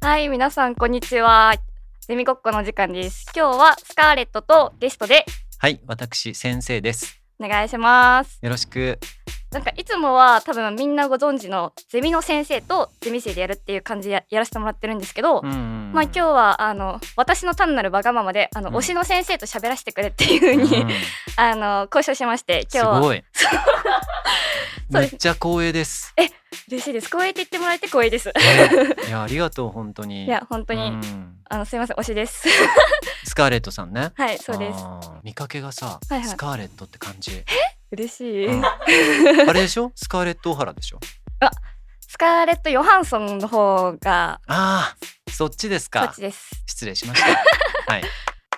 はい、皆さんこんにちは。ゼミごっこの時間です。今日はスカーレットとゲストで、 はい、私先生です。 お願いします。 よろしく。 なんかいつもは多分みんなご存知のゼミの先生とゼミ生でやるっていう感じでやらせてもらってるんですけど、まあ今日は私の単なるわがままで推しの先生と喋らせてくれっていう風に、交渉しまして、今日はすごいめっちゃ光栄です。 嬉しいです。光栄って言ってもらえて光栄です。 いやありがとう本当に。 いや本当に、すいません、推しです。 スカーレットさんね。 はい、そうです。 見かけがさ、 はいはい、 スカーレットって感じ。 嬉しい、 あれでしょ、スカーレット・オハラでしょ。 スカーレット・ヨハンソンの方が。 そっちですか。 そっちです。 失礼しましたはい。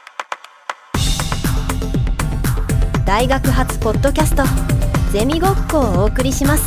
大学発ポッドキャストゼミごっこをお送りします。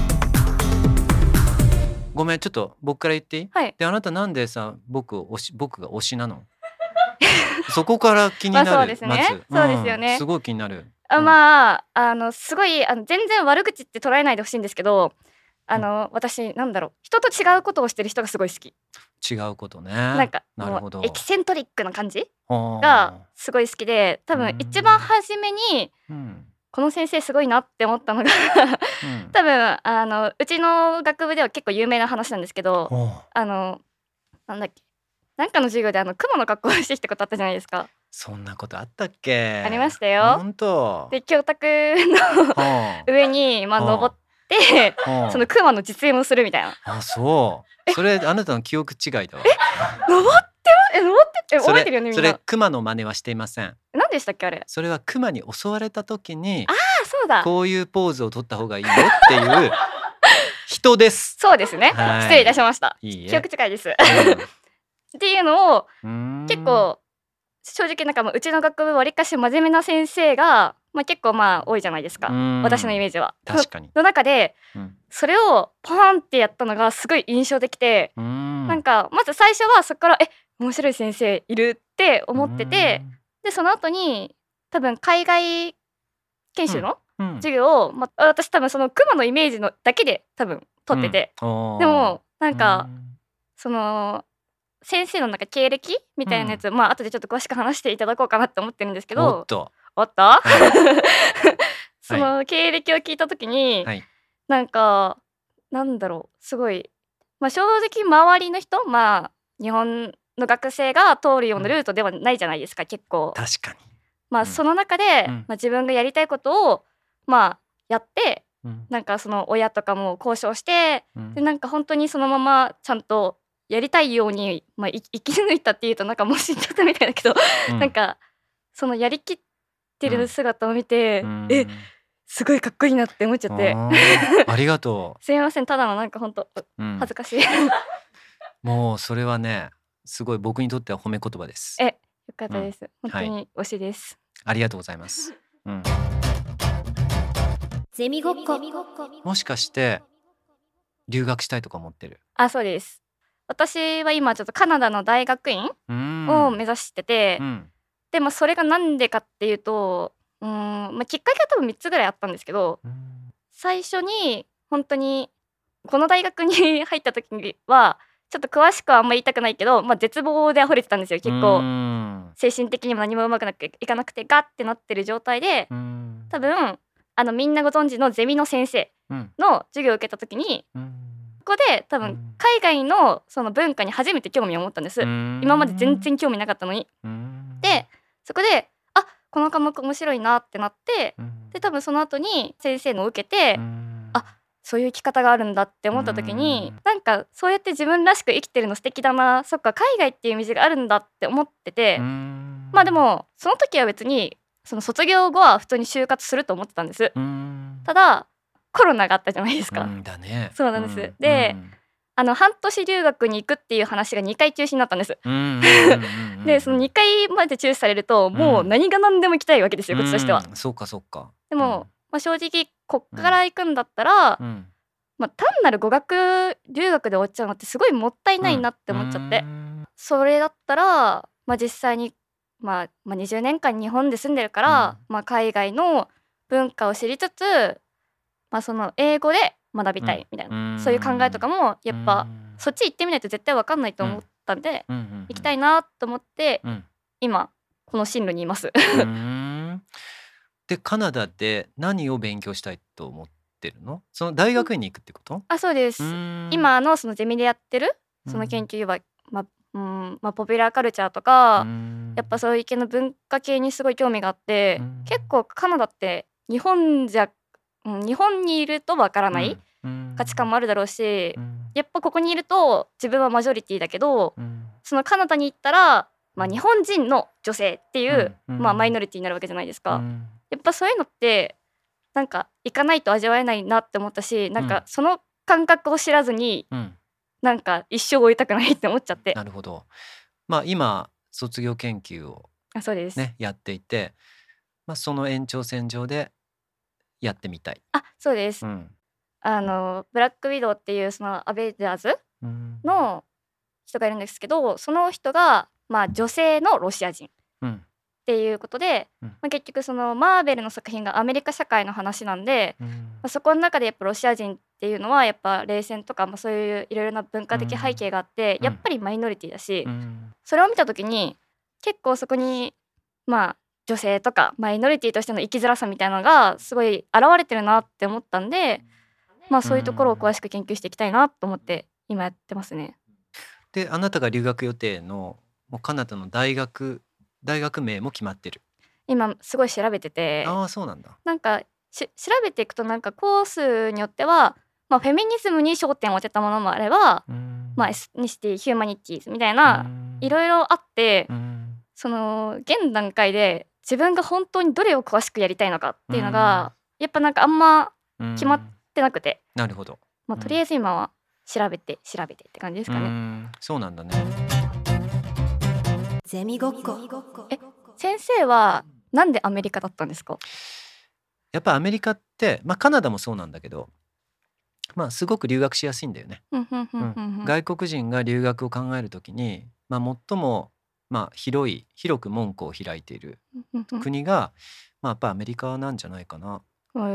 ごめん、ちょっと僕から言っていい？ はい。 で、あなたなんでさ僕が推しなの？そこから気になる。 そうですね、そうですよね。 すごい気になる。 すごい全然悪口って捉えないでほしいんですけど、私なんだろう、人と違うことをしてる人がすごい好き。 違うことね。 なんかもうエキセントリックな感じがすごい好きで、多分一番初めに、この先生すごいなって思ったのが多分うちの学部では結構有名な話なんですけど、なんだっけ、なんかの授業で雲の格好をしてきたことあったじゃないですか。 そんなことあったっけ？ ありましたよ。 本当。 で、教託の上に登ってその熊の実演をするみたいな。 そう。それあなたの記憶違いだわ。 登って覚えてるよねみんな。 それ熊の真似はしていません。 何でしたっけあれ？ それは熊に襲われた時に、 そうだ、 こういうポーズを取った方がいいよっていう人です。 そうですね、失礼いたしました。 いいえ、 記憶違いです、っていうのを結構正直なんかうちの学部わりかし真面目な先生が、結構多いじゃないですか、私のイメージは。 確かに。 の中で、それをポーンってやったのがすごい印象的で、なんかまず最初はそこから面白い先生いるって思ってて、でその後に多分海外研修の授業を、私多分その熊のイメージのだけで多分取ってて、でもなんかその先生のなんか経歴みたいなやつ、後でちょっと詳しく話していただこうかなって思ってるんですけど、おっとその経歴を聞いた時に、なんかなんだろう、すごい、正直周りの人、日本の学生が通るようなルートではないじゃないですか、結構。 確かに。 その中で、自分がやりたいことをやって、なんかその親とかも交渉して、でなんか本当にそのままちゃんとやりたいように、生き抜いたっていうとなんかもう死んじゃったみたいだけど、なんかそのやりきってる姿を見て、すごいかっこいいなって思っちゃって。 ありがとう。 すいません、ただのなんか本当恥ずかしい。 もうそれはね、すごい僕にとっては褒め言葉です。 よかったです、本当に推しです。 ありがとうございます。 ゼミごっこ。 もしかして留学したいとか思ってる？ そうです。私は今ちょっとカナダの大学院を目指してて、でそれがなんでかっていうと、きっかけは多分3つぐらいあったんですけど、最初に本当にこの大学に入った時にはちょっと詳しくはあんま言いたくないけど、絶望で溢れてたんですよ。結構精神的にも何もうまくいかなくてガッてなってる状態で、多分みんなご存知のゼミの先生の授業を受けた時に、ここで多分海外のその文化に初めて興味を持ったんです。今まで全然興味なかったのに。でそこでこの科目面白いなってなって、で多分その後に先生のを受けて、そういう生き方があるんだって思った時に、なんかそうやって自分らしく生きてるの素敵だな、そっか海外っていう道があるんだって思ってて、でもその時は別にその卒業後は普通に就活すると思ってたんです。ただコロナがあったじゃないですか。そうなんです。で半年留学に行くっていう話が2回中止になったんです。でその2回まで中止されると、もう何が何でも行きたいわけですよ、こっちとしては。 そうかそうか。 でも、正直こっから行くんだったら、単なる語学留学で終わっちゃうのってすごいもったいないなって思っちゃって、それだったら、実際に、20年間日本で住んでるから、海外の文化を知りつつ、その英語で学びたいみたいな、そういう考えとかもやっぱそっち行ってみないと絶対分かんないと思ったんで、行きたいなと思って、今この進路にいます。 でカナダで何を勉強したいと思ってるの？その大学院に行くってこと？ そうです。今のそのゼミでやってるその研究は、ポピュラーカルチャーとか、やっぱそういう系の文化系にすごい興味があって、結構カナダって日本にいるとわからない価値観もあるだろうし、やっぱここにいると自分はマジョリティだけど、そのカナダに行ったら、日本人の女性っていう、マイノリティになるわけじゃないですか。やっぱそういうのってなんか行かないと味わえないなって思ったし、なんかその感覚を知らずに、なんか一生終えたくないって思っちゃって。 なるほど。今卒業研究をそうですねやっていて、その延長線上でやってみたい。 そうです。ブラックウィドウっていうそのアベンジャーズの人がいるんですけど、その人が女性のロシア人っていうことで、結局そのマーベルの作品がアメリカ社会の話なんで、そこの中でやっぱロシア人っていうのはやっぱ冷戦とか、そういういろいろな文化的背景があって、やっぱりマイノリティだし、それを見た時に結構そこに女性とかマイノリティとしての生きづらさみたいなのがすごい現れてるなって思ったんで、そういうところを詳しく研究していきたいなと思って今やってますね。 であなたが留学予定のもうカナダの大学名も決まってる？ 今すごい調べてて。 そうなんだ。 なんか調べていくと、なんかコースによっては、フェミニズムに焦点を当てたものもあれば、エスニシティヒューマニティーズみたいないろいろあって、その現段階で自分が本当にどれを詳しくやりたいのかっていうのがやっぱなんかあんま決まってなくて、 なるほど。 とりあえず今は調べてって感じですかね。 そうなんだね。 ゼミごっこ。 先生はなんでアメリカだったんですか？ やっぱアメリカって、カナダもそうなんだけど、すごく留学しやすいんだよね。外国人が留学を考えるときに、最も広く門戸を開いている国が、やっぱアメリカなんじゃないかな。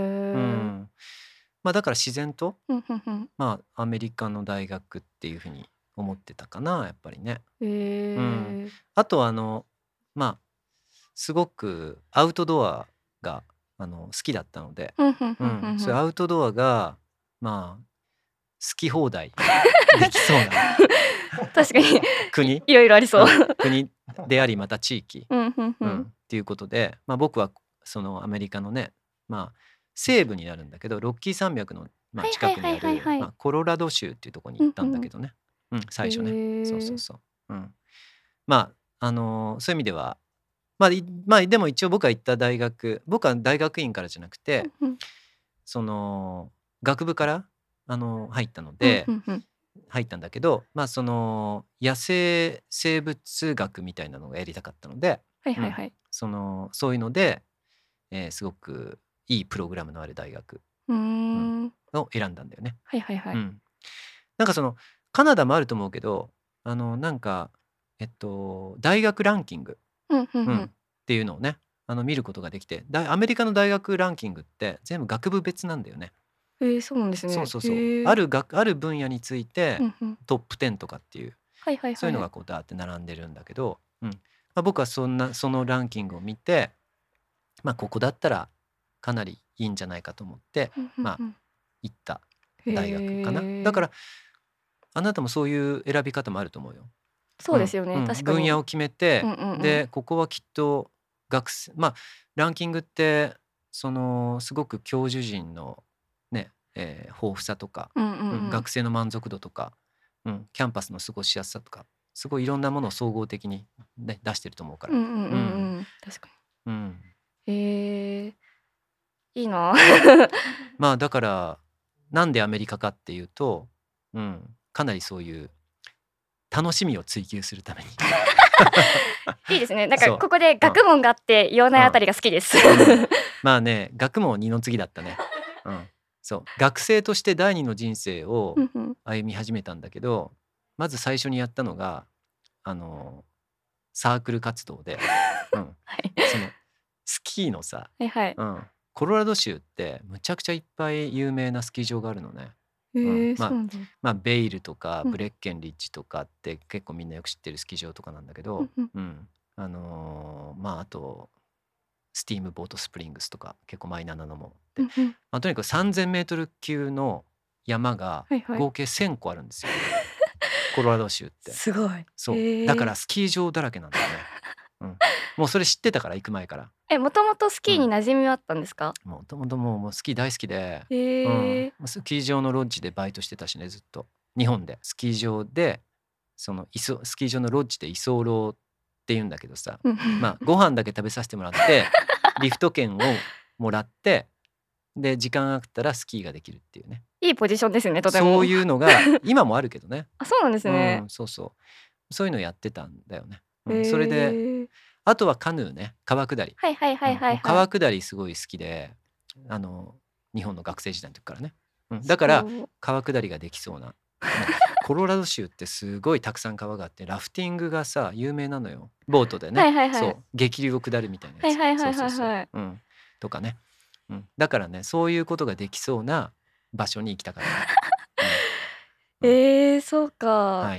だから自然と、アメリカの大学っていうふうに思ってたかな、やっぱりね。あとすごくアウトドアが好きだったので、そういうアウトドアが好き放題できそうな確かに国いろいろありそう国であり、また地域っていうことで、僕はそのアメリカのね、西部になるんだけど、ロッキー山脈の近くにあるコロラド州っていうところに行ったんだけどね、最初ね。そうそうそう。そういう意味ではでも一応僕が行った僕は大学院からじゃなくて、その学部から入ったので、入ったんだけど、その野生生物学みたいなのがやりたかったので、そういうので、すごくいいプログラムのある大学を選んだんだよね。なんかそのカナダもあると思うけど、なんか大学ランキングっていうのをね見ることができて、アメリカの大学ランキングって全部学部別なんだよね。 そうなんですね。 そうある分野についてトップ10とかっていう、そういうのがこうダーって並んでるんだけど、僕はそのランキングを見て、ここだったらかなりいいんじゃないかと思って、行った大学かな。だからあなたもそういう選び方もあると思うよ。 そうですよね、確かに。 分野を決めて、でここはきっと学生、ランキングってすごく教授陣のね、豊富さとか、学生の満足度とか、キャンパスの過ごしやすさとか、すごいいろんなものを総合的に、ね、出してると思うから。 確かに。いいなだからなんでアメリカかっていうと、かなりそういう楽しみを追求するためにいいですね。なんかここで学問があって言わないあたりが好きです。 学問二の次だったね。そう学生として第二の人生を歩み始めたんだけど、まず最初にやったのがサークル活動で、そのスキーのさ、コロラド州ってむちゃくちゃいっぱい有名なスキー場があるのね。 まあベイルとかブレッケンリッジとかって結構みんなよく知ってるスキー場とかなんだけど、まああとスティームボートスプリングスとか結構マイナーなのもで、まあ、とにかく3000m級の山が合計1000個あるんですよ、コロラド州って。 すごい。 そうだからスキー場だらけなんだよね。もうそれ知ってたから、行く前から。 もともとスキーに馴染みはあったんですか？ もともともうスキー大好きで、スキー場のロッジでバイトしてたしね、ずっと日本でスキー場でそのスキー場のロッジで居候っていうんだけどさまあご飯だけ食べさせてもらってリフト券をもらってで時間あったらスキーができるっていうね。 いいポジションですよね、とても。 そういうのが今もあるけどね。 あ、そうなんですね。 そういうのやってたんだよね。それであとはカヌーね、川下り。川下りすごい好きで、日本の学生時代の時からね。だから川下りができそうな。コロラド州ってすごいたくさん川があって、ラフティングがさ有名なのよ、ボートでね。そう激流を下るみたいなやつ。とかね。だからね、そういうことができそうな場所に行きたかった。 そうか。 はい。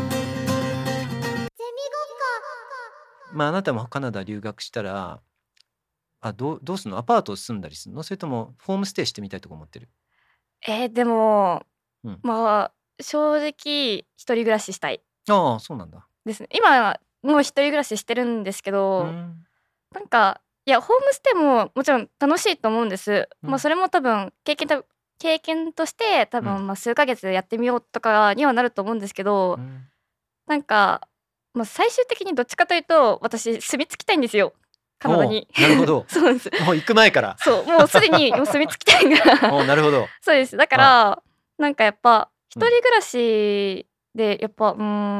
まああなたもカナダ留学したらどうすんの？アパート住んだりするの？それともホームステイしてみたいとか思ってる？ でも、まあ正直一人暮らししたい。 ああ、そうなんだ。 ですね。今もう一人暮らししてるんですけど、なんかいやホームステイももちろん楽しいと思うんです。まあそれも多分経験として多分まあ数ヶ月やってみようとかにはなると思うんですけど、なんかまあ最終的にどっちかというと私住み着きたいんですよ、カナダに。 なるほど。 そうなんです。 もう行く前から。 そう、もうすでにもう住み着きたいから。 なるほど。 そうです。だからなんかやっぱ一人暮らしでやっぱ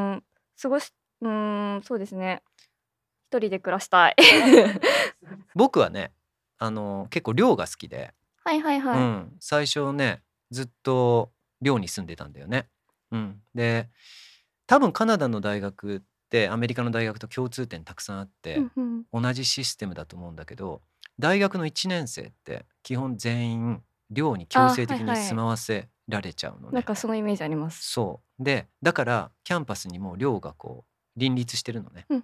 そうですね。一人で暮らしたい。 僕はね、結構寮が好きで、最初ねずっと寮に住んでたんだよね。で多分カナダの大学ってアメリカの大学と共通点たくさんあって、同じシステムだと思うんだけど、大学の1年生って基本全員寮に強制的に住まわせられちゃうのね。 なんかそのイメージあります。 そうで、だからキャンパスにも寮がこう林立してるのね。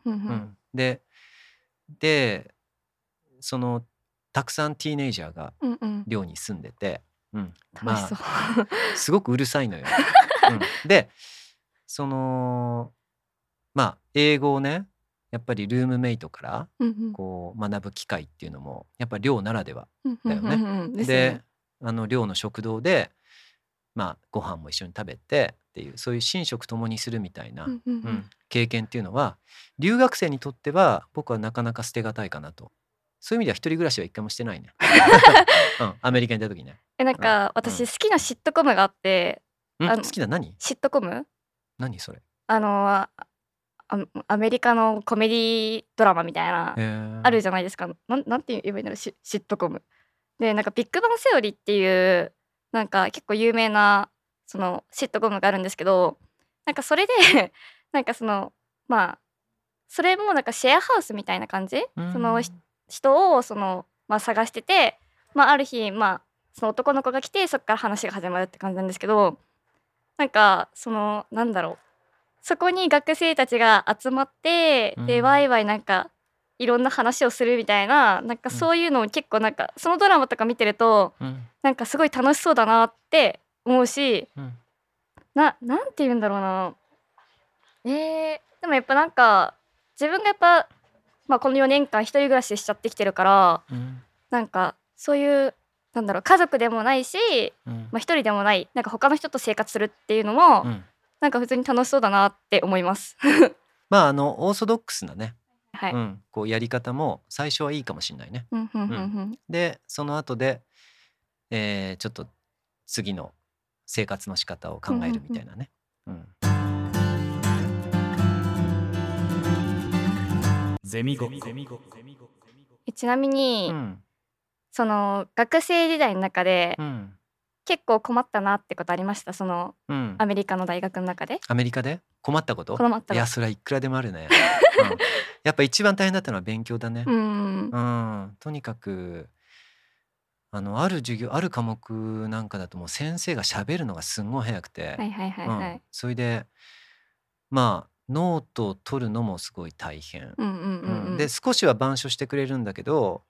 でそのたくさんティーネイジャーが寮に住んでて、まあすごくうるさいのよ。でそのまあ英語をねやっぱりルームメイトからこう学ぶ機会っていうのもやっぱ寮ならではだよね。で寮の食堂でまあご飯も一緒に食べてっていう、そういう寝食ともにするみたいな経験っていうのは留学生にとっては僕はなかなか捨てがたいかなと。そういう意味では一人暮らしは一回もしてないね。アメリカにいた時ね。 なんか私好きなシットコムがあって。 好きな何？ シットコム？ 何それ？ アメリカのコメディドラマみたいなあるじゃないですか。なんて言えばいいんだろう、シットコムで、なんかビッグバンセオリーっていうなんか結構有名なそのシットコムがあるんですけど、なんかそれでなんかそのまあそれもなんかシェアハウスみたいな感じ、その人を探してて、ある日その男の子が来てそこから話が始まるって感じなんですけど、なんかなんだろう、そこに学生たちが集まって、でワイワイなんかいろんな話をするみたいな、なんかそういうのを結構なんかそのドラマとか見てると、なんかすごい楽しそうだなって思うし、なんて言うんだろうな。でもやっぱなんか自分がやっぱこの4年間一人暮らししちゃってきてるから、なんかそういうなんだろう、家族でもないし、一人でもない、なんか他の人と生活するっていうのも、なんか普通に楽しそうだなって思います。 まあオーソドックスなね、こうやり方も最初はいいかもしれないね。でその後で、ちょっと次の生活の仕方を考えるみたいなね。 ゼミごっこ。 ちなみに、その学生時代の中で、結構困ったなってことありました？その、アメリカの大学の中で。 アメリカで困ったこと？いやそれはいくらでもあるね。やっぱ一番大変だったのは勉強だね。とにかくある授業ある科目なんかだともう先生が喋るのがすんごい早くて、 はいはいはいはい。 それでまあノートを取るのもすごい大変、 うんうんうんうん。 で少しは板書してくれるんだけど、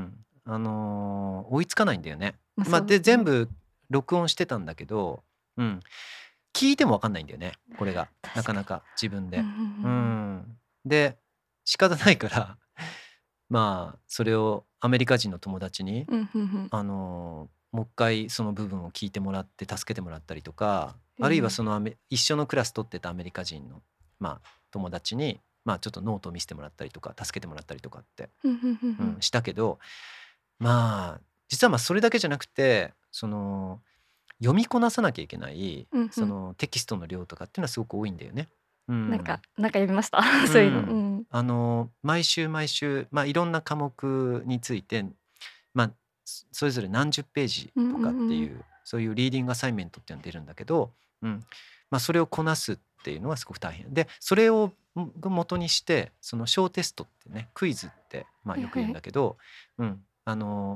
追いつかないんだよね。で全部録音してたんだけど、聞いても分かんないんだよねこれがなかなか自分で。で仕方ないからまあそれをアメリカ人の友達に、もう一回その部分を聞いてもらって助けてもらったりとか、あるいはその一緒のクラス取ってたアメリカ人の、友達に、ちょっとノートを見せてもらったりとか助けてもらったりとかって、したけど、実はそれだけじゃなくてその読みこなさなきゃいけない、そのテキストの量とかっていうのはすごく多いんだよね。 なんか読みましたそういうの、毎週毎週、いろんな科目について、それぞれ何十ページとかっていう、そういうリーディングアサイメントっていうのが出るんだけど、それをこなすっていうのはすごく大変で、それを元にしてその小テストってね、クイズって、よく言うんだけど、ア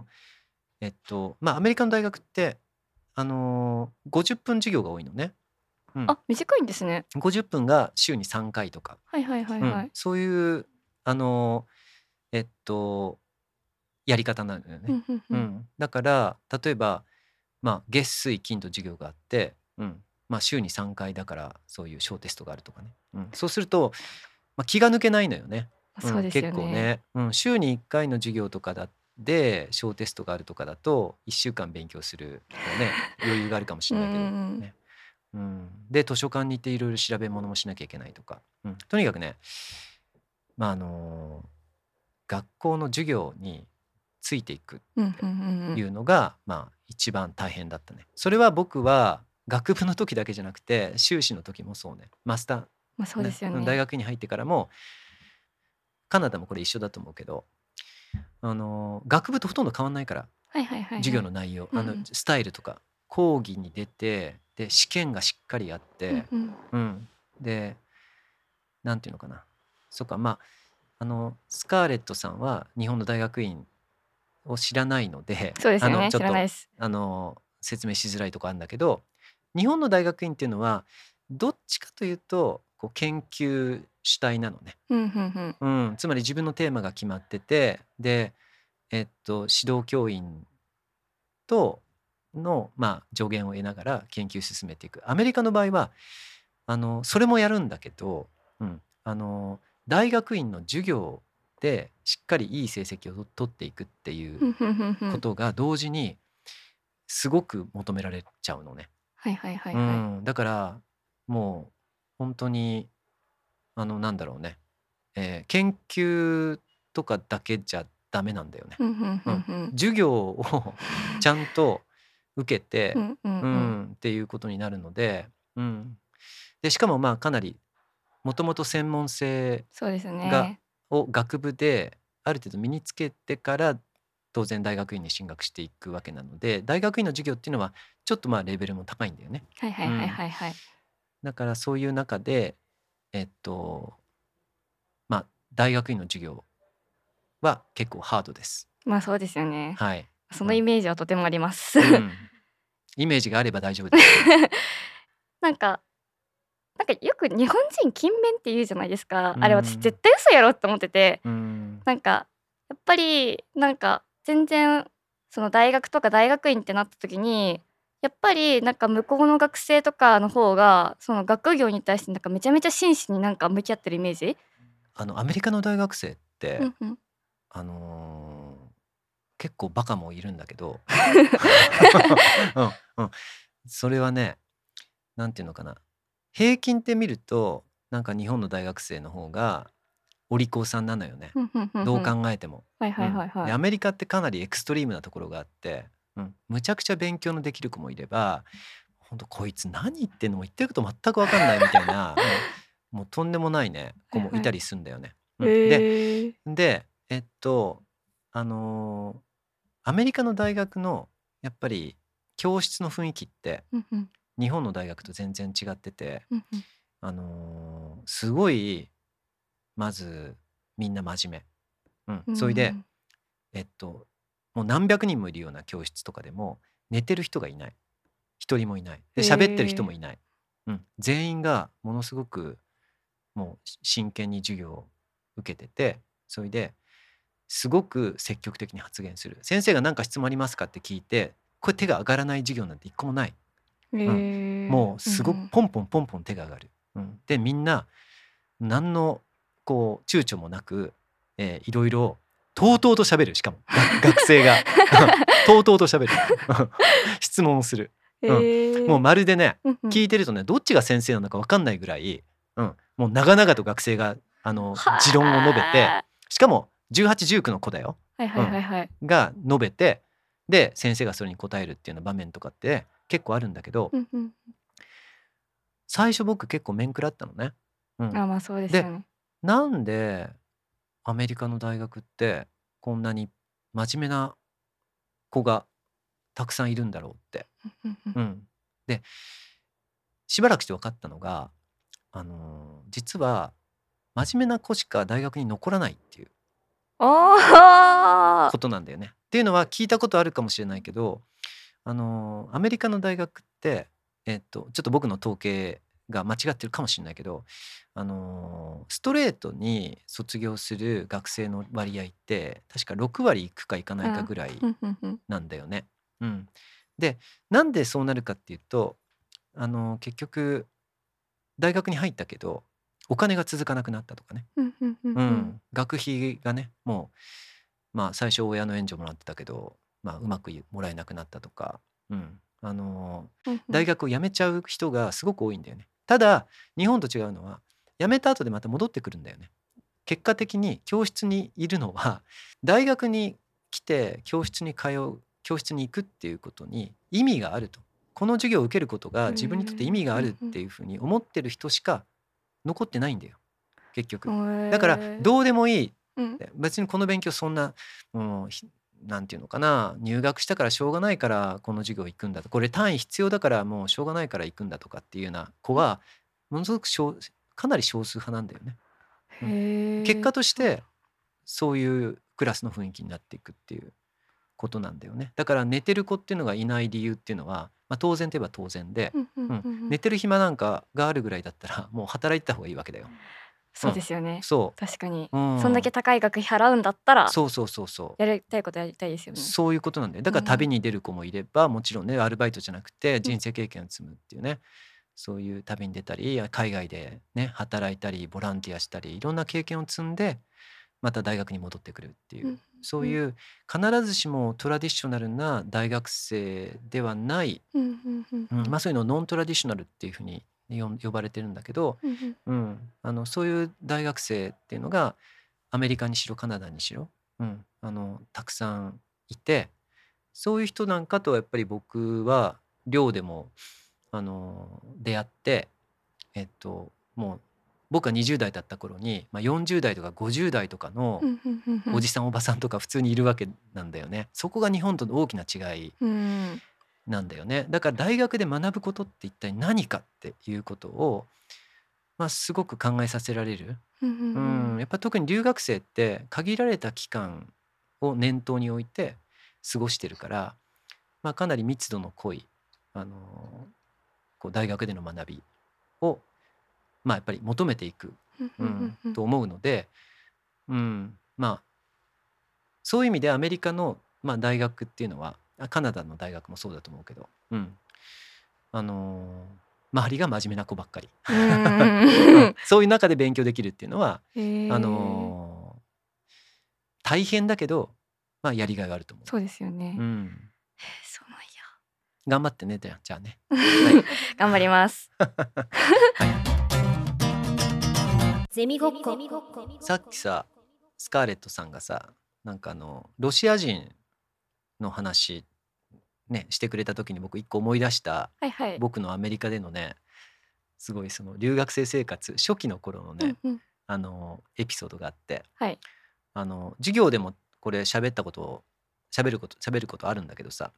メリカの大学って50分授業が多いのね。 あ、短いんですね。 50分が週に3回とか、そういうやり方なんだよね。だから例えば、月水金と授業があって、週に3回だからそういう小テストがあるとかね、そうすると、気が抜けないのよね。 そうですよ結構ね、週に1回の授業とかで小テストがあるとかだと1週間勉強するのね余裕があるかもしれないけどね。で図書館に行っていろいろ調べ物もしなきゃいけないとか、とにかくね、学校の授業についていくっていうのが、一番大変だったね。それは僕は学部の時だけじゃなくて修士の時もそうね、マスター、 そうですよね。 大学に入ってからもカナダもこれ一緒だと思うけど、学部とほとんど変わんないから、授業の内容、スタイルとか講義に出て、で試験がしっかりあって、でなんていうのかな、そっか、スカーレットさんは日本の大学院を知らないので、 そうですよね、 ちょっ知らないです。 と説明しづらいとこあるんだけど、日本の大学院っていうのはどっちかというとこう研究主体なのね。つまり自分のテーマが決まってて、で、指導教員との、助言を得ながら研究を進めていく。アメリカの場合はそれもやるんだけど、大学院の授業でしっかりいい成績を取っていくっていうことが同時にすごく求められちゃうのね。だからもう本当になんだろうね、研究とかだけじゃダメなんだよね。授業をちゃんと受けてっていうことになるので、でしかもかなりもともと専門性を学部である程度身につけてから当然大学院に進学していくわけなので、大学院の授業っていうのはちょっとレベルも高いんだよね。だからそういう中で大学院の授業は結構ハードです。 そうですよね。 はい。 そのイメージはとてもあります。 イメージがあれば大丈夫です。 なんかよく日本人勤勉って言うじゃないですか。あれ私絶対嘘やろって思ってて、やっぱり全然その大学とか大学院ってなった時にやっぱり向こうの学生とかの方がその学業に対してめちゃめちゃ真摯に向き合ってるイメージ。 アメリカの大学生って、結構バカもいるんだけどそれはね、なんていうのかな、平均って見ると日本の大学生の方がお利口さんなのよね、どう考えても。アメリカってかなりエクストリームなところがあって、むちゃくちゃ勉強のできる子もいれば、ほんとこいつ何言ってんのも言ってること全く分かんないみたいなもうとんでもないね子もいたりするんだよね。でアメリカの大学のやっぱり教室の雰囲気って日本の大学と全然違ってて、すごいまずみんな真面目、それでもう何百人もいるような教室とかでも寝てる人がいない、一人もいない、で喋ってる人もいない、全員がものすごくもう真剣に授業を受けてて、それですごく積極的に発言する。先生が何か質問ありますかって聞いて、これ手が上がらない授業なんて一個もない、もうすごくポンポンポンポン手が上がる、でみんな何のこう躊躇もなく、いろいろとうとうと喋る。しかも学生がとうとうと喋る質問をする、もうまるでね、聞いてるとね、どっちが先生なのか分かんないぐらい、もう長々と学生が持論を述べて、しかも18、19の子だよ、が述べて、で先生がそれに答えるっていうような場面とかって結構あるんだけど、最初僕結構面食らったのね。 まあそうですよね。 でなんでアメリカの大学ってこんなに真面目な子がたくさんいるんだろうって。でしばらくして分かったのが、実は真面目な子しか大学に残らないっていうことなんだよね。っていうのは聞いたことあるかもしれないけど、アメリカの大学って、ちょっと僕の統計が間違ってるかもしれないけど、ストレートに卒業する学生の割合って確か6割いくかいかないかぐらいなんだよね。でなんでそうなるかっていうと、結局大学に入ったけどお金が続かなくなったとかね、学費がね、もう最初親の援助もらってたけど、うまくもらえなくなったとか、大学を辞めちゃう人がすごく多いんだよね。ただ日本と違うのは、辞めた後でまた戻ってくるんだよね。結果的に教室にいるのは、大学に来て教室に行くっていうことに意味があると、この授業を受けることが自分にとって意味があるっていうふうに思ってる人しか残ってないんだよ結局。だからどうでもいい、別にこの勉強そんな、なんていうのかな、入学したからしょうがないからこの授業行くんだと、これ単位必要だからもうしょうがないから行くんだとかっていうような子はものすごくかなり少数派なんだよね。結果としてそういうクラスの雰囲気になっていくっていうことなんだよね。だから寝てる子っていうのがいない理由っていうのは、当然といえば当然で、寝てる暇なんかがあるぐらいだったらもう働いてた方がいいわけだよ。 そうですよね。 そう確かに、そんだけ高い学費払うんだったら、 そうやりたいことやりたいですよね。 そういうことなんだよ。だから旅に出る子もいれば、もちろんねアルバイトじゃなくて人生経験を積むっていうね、そういう旅に出たり海外でね働いたりボランティアしたりいろんな経験を積んでまた大学に戻ってくるっていう、そういう必ずしもトラディショナルな大学生ではない、そういうのをノントラディショナルっていうふうに呼ばれてるんだけど、そういう大学生っていうのがアメリカにしろカナダにしろ、たくさんいて、そういう人なんかとやっぱり僕は寮でも出会って、もう僕が20代だった頃に、40代とか50代とかのおじさんおばさんとか普通にいるわけなんだよね。そこが日本との大きな違いなんだよね。だから大学で学ぶことって一体何かっていうことを、すごく考えさせられる。やっぱ特に留学生って限られた期間を念頭に置いて過ごしてるから、かなり密度の濃い、こう大学での学びを、やっぱり求めていく、と思うので、そういう意味でアメリカの、大学っていうのはカナダの大学もそうだと思うけど、周りが真面目な子ばっかりそういう中で勉強できるっていうのは大変だけど、やりがいがあると思う。 そうですよね。そうなんや。 頑張ってね。じゃあね、 頑張ります。 ゼミごっこ。 さっきさスカーレットさんがさ、なんかロシア人の話ねしてくれた時に僕一個思い出した、僕のアメリカでのね、すごいその留学生生活初期の頃のね、エピソードがあって、授業でもこれ喋ることあるんだけどさ、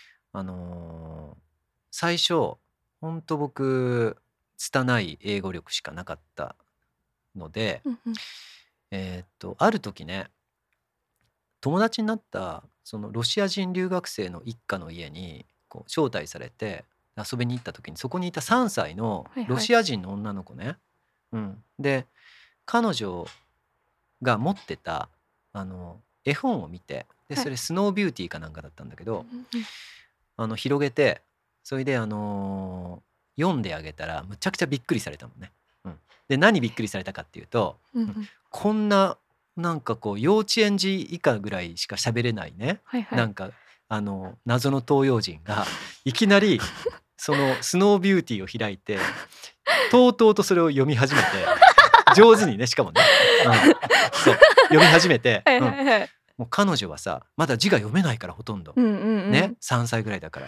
最初ほんと僕拙い英語力しかなかったので、ある時ね友達になったそのロシア人留学生の一家の家にこう招待されて遊びに行った時に、そこにいた3歳のロシア人の女の子ね、で彼女が持ってた絵本を見て、でそれスノービューティーかなんかだったんだけど、広げて、それで読んであげたらむちゃくちゃびっくりされたもんね。で何びっくりされたかっていうと、こんななんかこう幼稚園児以下ぐらいしか喋れないね、なんか謎の東洋人がいきなりそのスノービューティーを開いてとうとうとそれを読み始めて上手にね、しかもね、そう読み始めて、もう彼女はさまだ字が読めないから、ほとんど、ね、3歳ぐらいだから、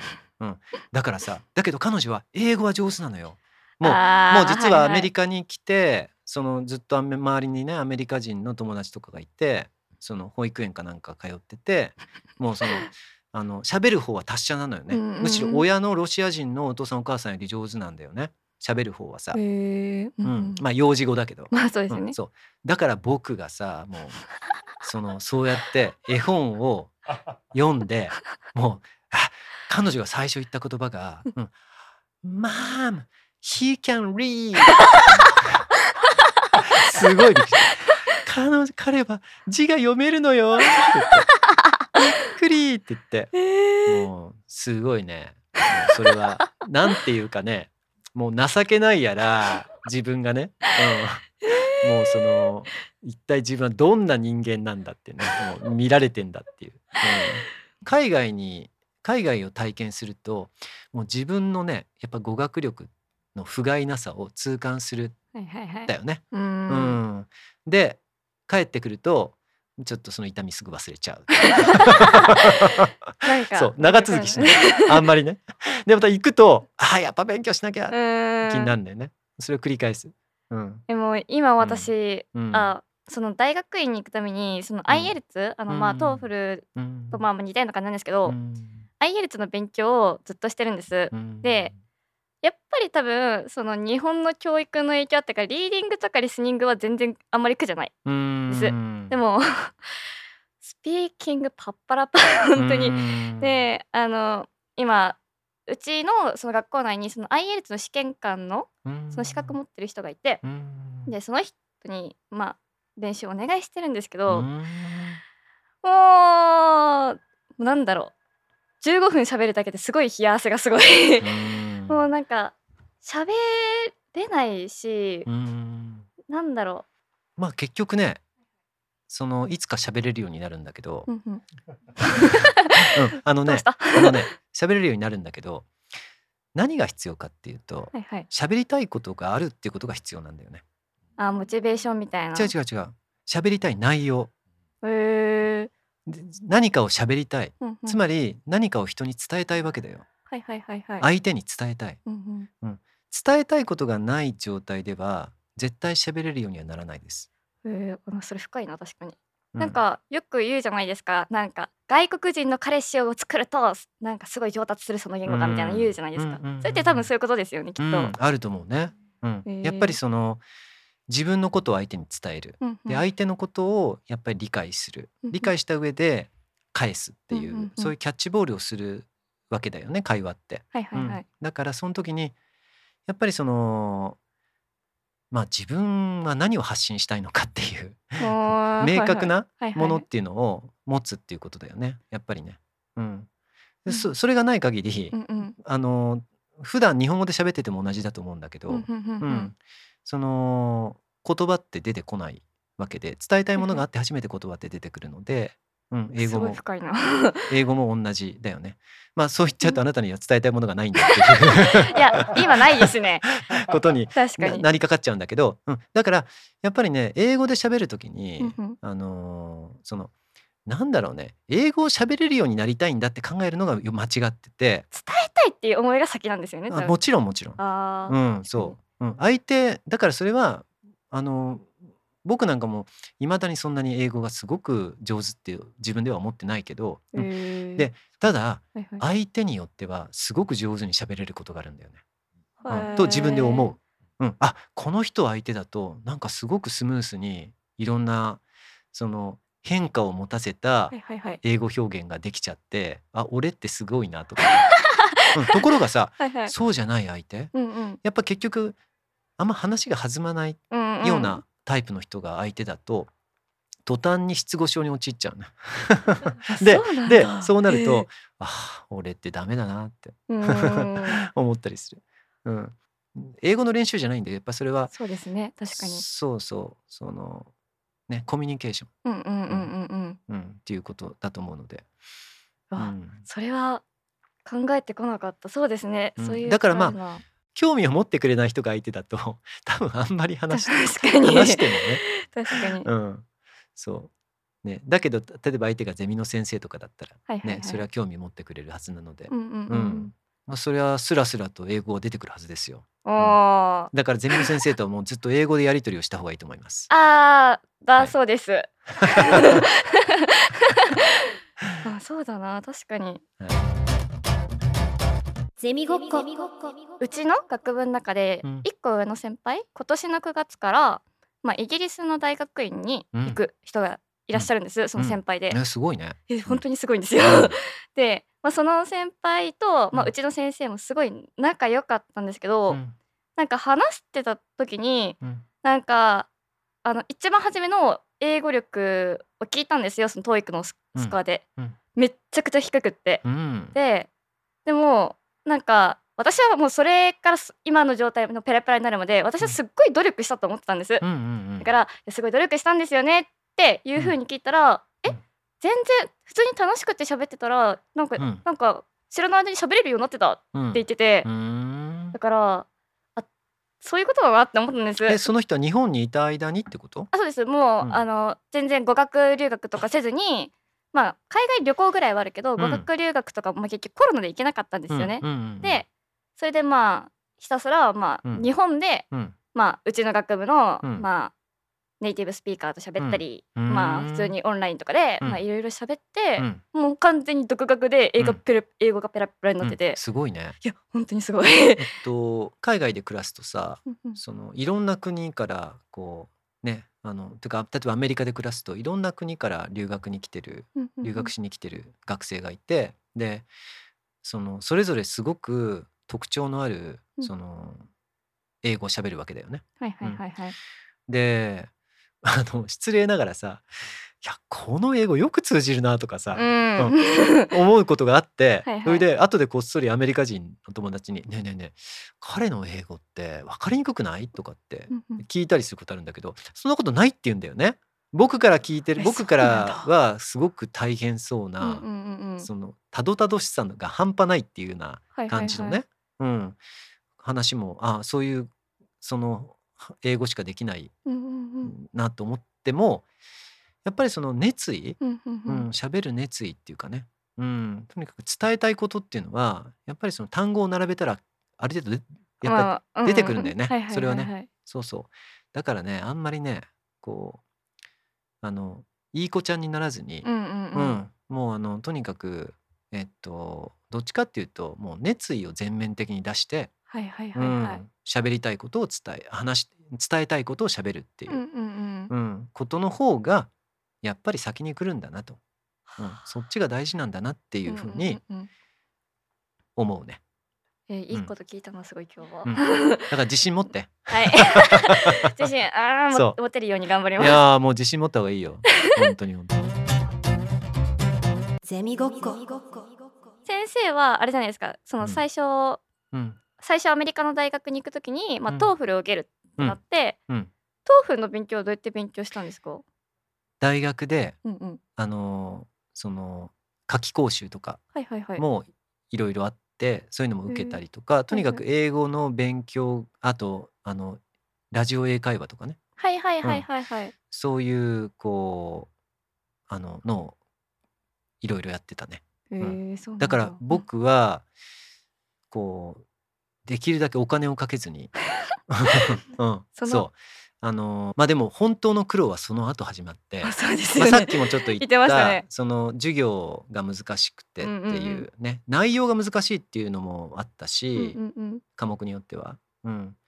だからさ、だけど彼女は英語は上手なのよ。もう実はアメリカに来て、そのずっと周りにねアメリカ人の友達とかがいて、その保育園かなんか通ってて、もうその喋る方は達者なのよね、むしろ親のロシア人のお父さんお母さんより上手なんだよね、喋る方はさ、まあ幼児語だけど、 そうですね、 そうだから僕がさ、もうそうやって絵本を読んで、もう彼女が最初言った言葉が「Mom, he can read 」すごいびっくりした。彼は字が読めるのよって言ってびっくりって言って、もうすごいね、それはなんていうかね、もう情けないやら自分がね、もう一体自分はどんな人間なんだってね、もう見られてんだっていう、海外を体験すると、もう自分のねやっぱ語学力の不甲斐なさを痛感するだよね。で帰ってくるとちょっとその痛みすぐ忘れちゃうそう長続きしないあんまりね。でまた行くとやっぱ勉強しなきゃ気になるんだよね。それを繰り返す。 でも今私、その大学院に行くためにその IELTS、トーフルと似たような感じなんですけど、IELTS の勉強をずっとしてるんです。でやっぱり多分その日本の教育の影響あってか、リーディングとかリスニングは全然あんまり苦じゃないです。でもスピーキングパッパラパ本当に。で今うちのその学校内にその IELTS の試験官のその資格持ってる人がいて、でその人に練習お願いしてるんですけど、もうなんだろう、15分喋るだけですごい冷や汗がすごいもうなんか喋れないし、なんだろう、結局ねいつか喋れるようになるんだけど、喋れるようになるんだけど、何が必要かっていうと、喋りたいことがあるっていうことが必要なんだよね。 モチベーションみたいな。 違う喋りたい内容、何かを喋りたい、つまり何かを人に伝えたいわけだよ。相手に伝えたい、伝えたいことがない状態では絶対喋れるようにはならないです。 それ深いな、確かに。なんかよく言うじゃないですか、なんか外国人の彼氏を作るとなんかすごい上達するその言語がみたいな言うじゃないですか。それって多分そういうことですよね、きっと。 あると思うね。やっぱり自分のことを相手に伝える、で相手のことをやっぱり理解する、理解した上で返すっていう、そういうキャッチボールをするわけだよね、会話って。だからその時にやっぱり自分は何を発信したいのかっていう明確なものっていうのを持つっていうことだよね、やっぱりね。それがない限り、普段日本語で喋ってても同じだと思うんだけど、その言葉って出てこないわけで、伝えたいものがあって初めて言葉って出てくるので、英語も深いな英語も同じだよね。そう言っちゃうとあなたには伝えたいものがないんだっていういや今ないですねことになりかかっちゃうんだけど、だからやっぱりね、英語で喋るときになんだろうね、英語を喋れるようになりたいんだって考えるのが間違ってて、 伝えたいっていう思いが先なんですよね。 もちろんそう、相手だからそれは僕なんかもいまだにそんなに英語がすごく上手って自分では思ってないけど、でただ相手によってはすごく上手に喋れることがあるんだよね、と自分で思う。この人相手だとなんかすごくスムースにいろんな変化を持たせたはいはいはい。 英語表現ができちゃって、あ、俺ってすごいなとか、ところがさ、 はいはい。 そうじゃない相手、 うんうん。 やっぱ結局あんま話が弾まないうんうん。 ようなタイプの人が相手だと途端に失語症に陥っちゃうね。でそうなんでだ。 そうなるへえ。 と、俺ってダメだなって思ったりする。英語の練習じゃないんで、やっぱそれはそうですね、確かに。 そうそう、そのね、コミュニケーショうんうんうんうんうん。 ン、っていうことだと思うので、 わ、それは考えてこなかった。そうですね。そういうだからあるな。 興味を持ってくれない人が相手だと多分あんまり話確かに。 してもね、 確かに。 そうね。だけど例えば相手がゼミの先生とかだったらはいはいはね、それい。 は興味持ってくれるはずなので、 うんうんうんそれはスラスラと英語は出てくるはずですよ。 うん。あだからゼミの先生とはもうずっと英語でやり取りをした方がいいと思います。 あ、 はいそうです。あ、そうだな、確かに。 ゼミごっこ。 うちの学部の中で1個上の先輩、今年の9月から、イギリスの大学院に行く人がいらっしゃるんです、その先輩で。 すごいね。 本当にすごいんですよ。で、その先輩と、うちの先生もすごい仲良かったんですけど、なんか話してた時に、なんか一番初めの英語力を聞いたんですよ、その TOEIC のスコアで。めっちゃくちゃ低くって。でもなんか私はもうそれから今の状態のペラペラになるまで私はすっごい努力したと思ってたんです。だからすごい努力したんですよねっていう風に聞いたら、全然普通に楽しくて喋ってたらなんか知らない間に喋れるようになってたって言ってて、だからそういうことだなって思ったんです。 その人は日本にいた間にってこと？ そうです。もう、全然語学留学とかせずに、海外旅行ぐらいはあるけど、語学留学とかも結局コロナで行けなかったんですよね。でそれでひたすら日本で、うちの学部の、ネイティブスピーカーと喋ったり、普通にオンラインとかでいろいろ喋って、もう完全に独学で英語がペラペラになってて、 すごいね。 いや本当にすごい。 海外で暮らすとさ、そのいろんな国からこうね、てか例えばアメリカで暮らすといろんな国から留学しに来てる学生がいて、でそれぞれすごく特徴のある英語を喋るわけだよね。で失礼ながらさ、いやこの英語よく通じるなとかさ、思うことがあってそれで後でこっそりアメリカ人の友達に「ねえねえねえ、彼の英語って分かりにくくない？」とかって聞いたりすることあるんだけど、そんなことないって言うんだよね。僕からはすごく大変そうな、そのたどたどしさが半端ないっていうような感じのね、話もそういうその英語しかできないなと思っても、やっぱりその熱意、喋る熱意っていうかね、とにかく伝えたいことっていうのはやっぱりその単語を並べたらある程度やっぱ出てくるんだよね。それはね、そうそう。だからね、あんまりねこういい子ちゃんにならずに、もうとにかくどっちかっていうともう熱意を全面的に出して喋りたいことを伝えたいことを喋るっていうことの方がやっぱり先に来るんだなと、そっちが大事なんだなっていうふうに思うね。 いいこと聞いたのすごい今日は。 だから自信持って。 はい。自信持てるように頑張ります。 いやもう自信持った方がいいよ。本当に本当に。 ゼミごっこ。 先生はあれじゃないですか。その最初アメリカの大学に行くときにTOEFLを受けるってなって、TOEFLの勉強はどうやって勉強したんですか？ 大学でその夏期講習とかもいろいろあって、そういうのも受けたりとか、とにかく英語の勉強、あとラジオ英会話とかね、そういうこうのをいろいろやってたね。だから僕はこうできるだけお金をかけずにでも本当の苦労はその後始まって、さっきもちょっと言ったその授業が難しくてっていうね、内容が難しいっていうのもあったし、科目によっては、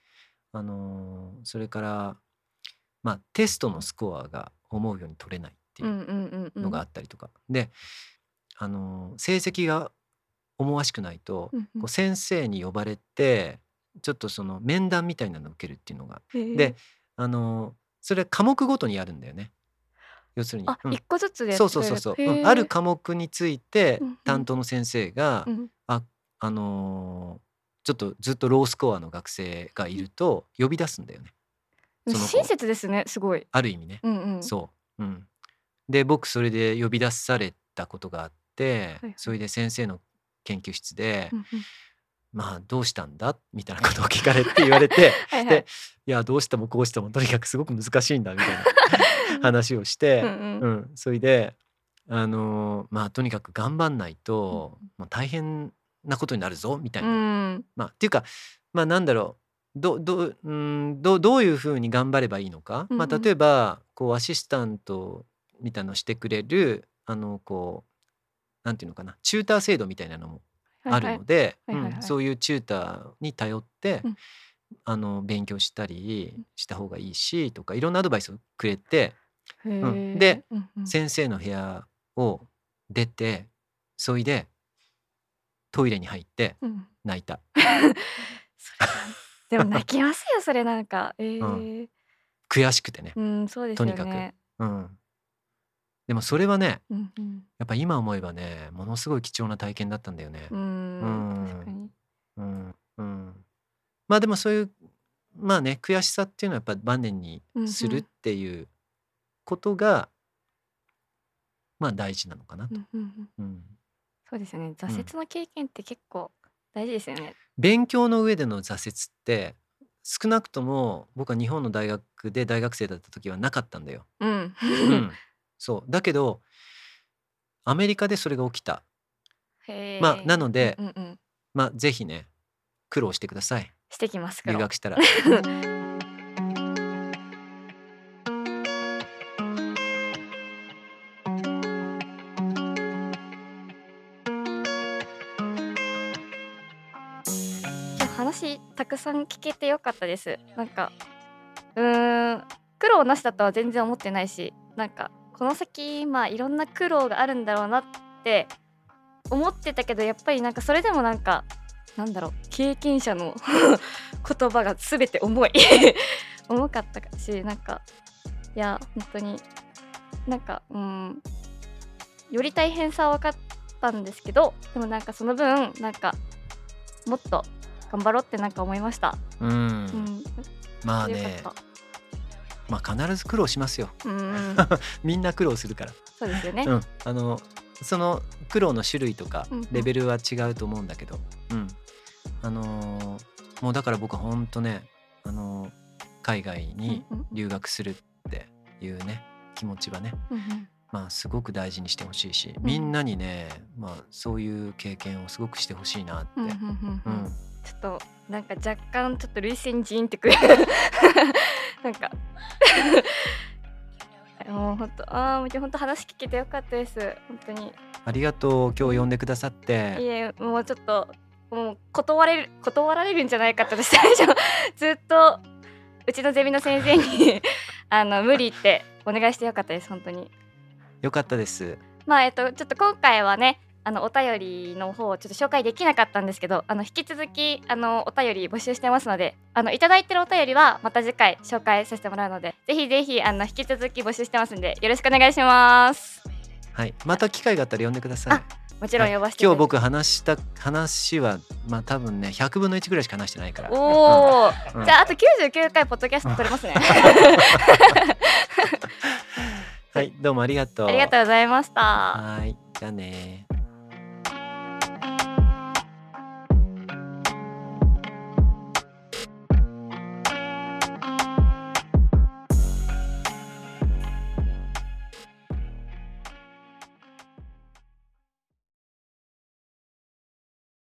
それからテストのスコアが思うように取れないっっていうのがあったりとか、で成績が思わしくないと、こう先生に呼ばれてちょっとその面談みたいなのを受けるっていうのが、でそれ科目ごとにやるんだよね。要するに一個ずつでやってくれる。 そう、ある科目について担当の先生が、ちょっとずっとロースコアの学生がいると呼び出すんだよね。 親切ですね、すごい。 ある意味ね。そう、で僕それで呼び出されたことがあって、それで先生の研究室で、まあどうしたんだみたいなことを聞かれて言われてでいやどうしてもこうしてもとにかくすごく難しいんだみたいな話をしてそれでまあとにかく頑張んないと、もう大変なことになるぞみたいな、まあっていうかまあなんだろう、どういうふうに頑張ればいいのか、まあ例えばこうアシスタントみたいなのをしてくれるこうなんていうのかな、チューター制度みたいなのもあるので、そういうチューターに頼って、勉強したりした方がいいしとかいろんなアドバイスをくれて、で、先生の部屋を出てそれでトイレに入って泣いた。 でも泣きますよそれなんか。 悔しくてね、 そうですよね、 とにかく。でもそれはね、やっぱ今思えばねものすごい貴重な体験だったんだよね。確かに。 まあでもそういうまあね悔しさっていうのはやっぱバネにするっていうことがまあ大事なのかなと。 そうですよね、挫折の経験って結構大事ですよね。 勉強の上での挫折って少なくとも僕は日本の大学で大学生だった時はなかったんだよ。そうだけどアメリカでそれが起きた。まあなので、まあぜひね苦労してください。 してきます。 留学したら。 話たくさん聞けてよかったです。なんか苦労なしだとは全然思ってないし、なんかこの先まあいろんな苦労があるんだろうなって思ってたけど、やっぱりなんかそれでもなんかなんだろう、経験者の言葉が全て重い重かったし、なんかいや本当になんかより大変さは分かったんですけど、でもなんかその分なんかもっと頑張ろうってなんか思いました。 まあね、まあ必ず苦労しますよ。みんな苦労するから。 そうですよね。 その苦労の種類とかレベルは違うと思うんだけど、もうだから僕は本当ね海外に留学するっていうね気持ちはね、まあすごく大事にしてほしいし、みんなにねまあそういう経験をすごくしてほしいなって。 ちょっとなんか若干ちょっと涙腺ジーンってくるなんかもう本当話聞けてよかったです。本当にありがとう、今日呼んでくださって。 いえ、もうちょっともう断られるんじゃないかって私最初ずっとうちのゼミの先生に無理ってお願いしてよかったです。本当によかったです。 まあちょっと今回はねお便りの方をちょっと紹介できなかったんですけど、引き続きお便り募集してますので、いただいてるお便りはまた次回紹介させてもらうので、ぜひぜひ引き続き募集してますんでよろしくお願いします。 はい、また機会があったら呼んでください。 もちろん呼ばせて、 今日僕話はまあ多分ね100分の1ぐらいしか話してないから。 おじゃああと99回ポッドキャスト撮れますね。 はい、どうもありがとう。 ありがとうございました。 はい、じゃあね。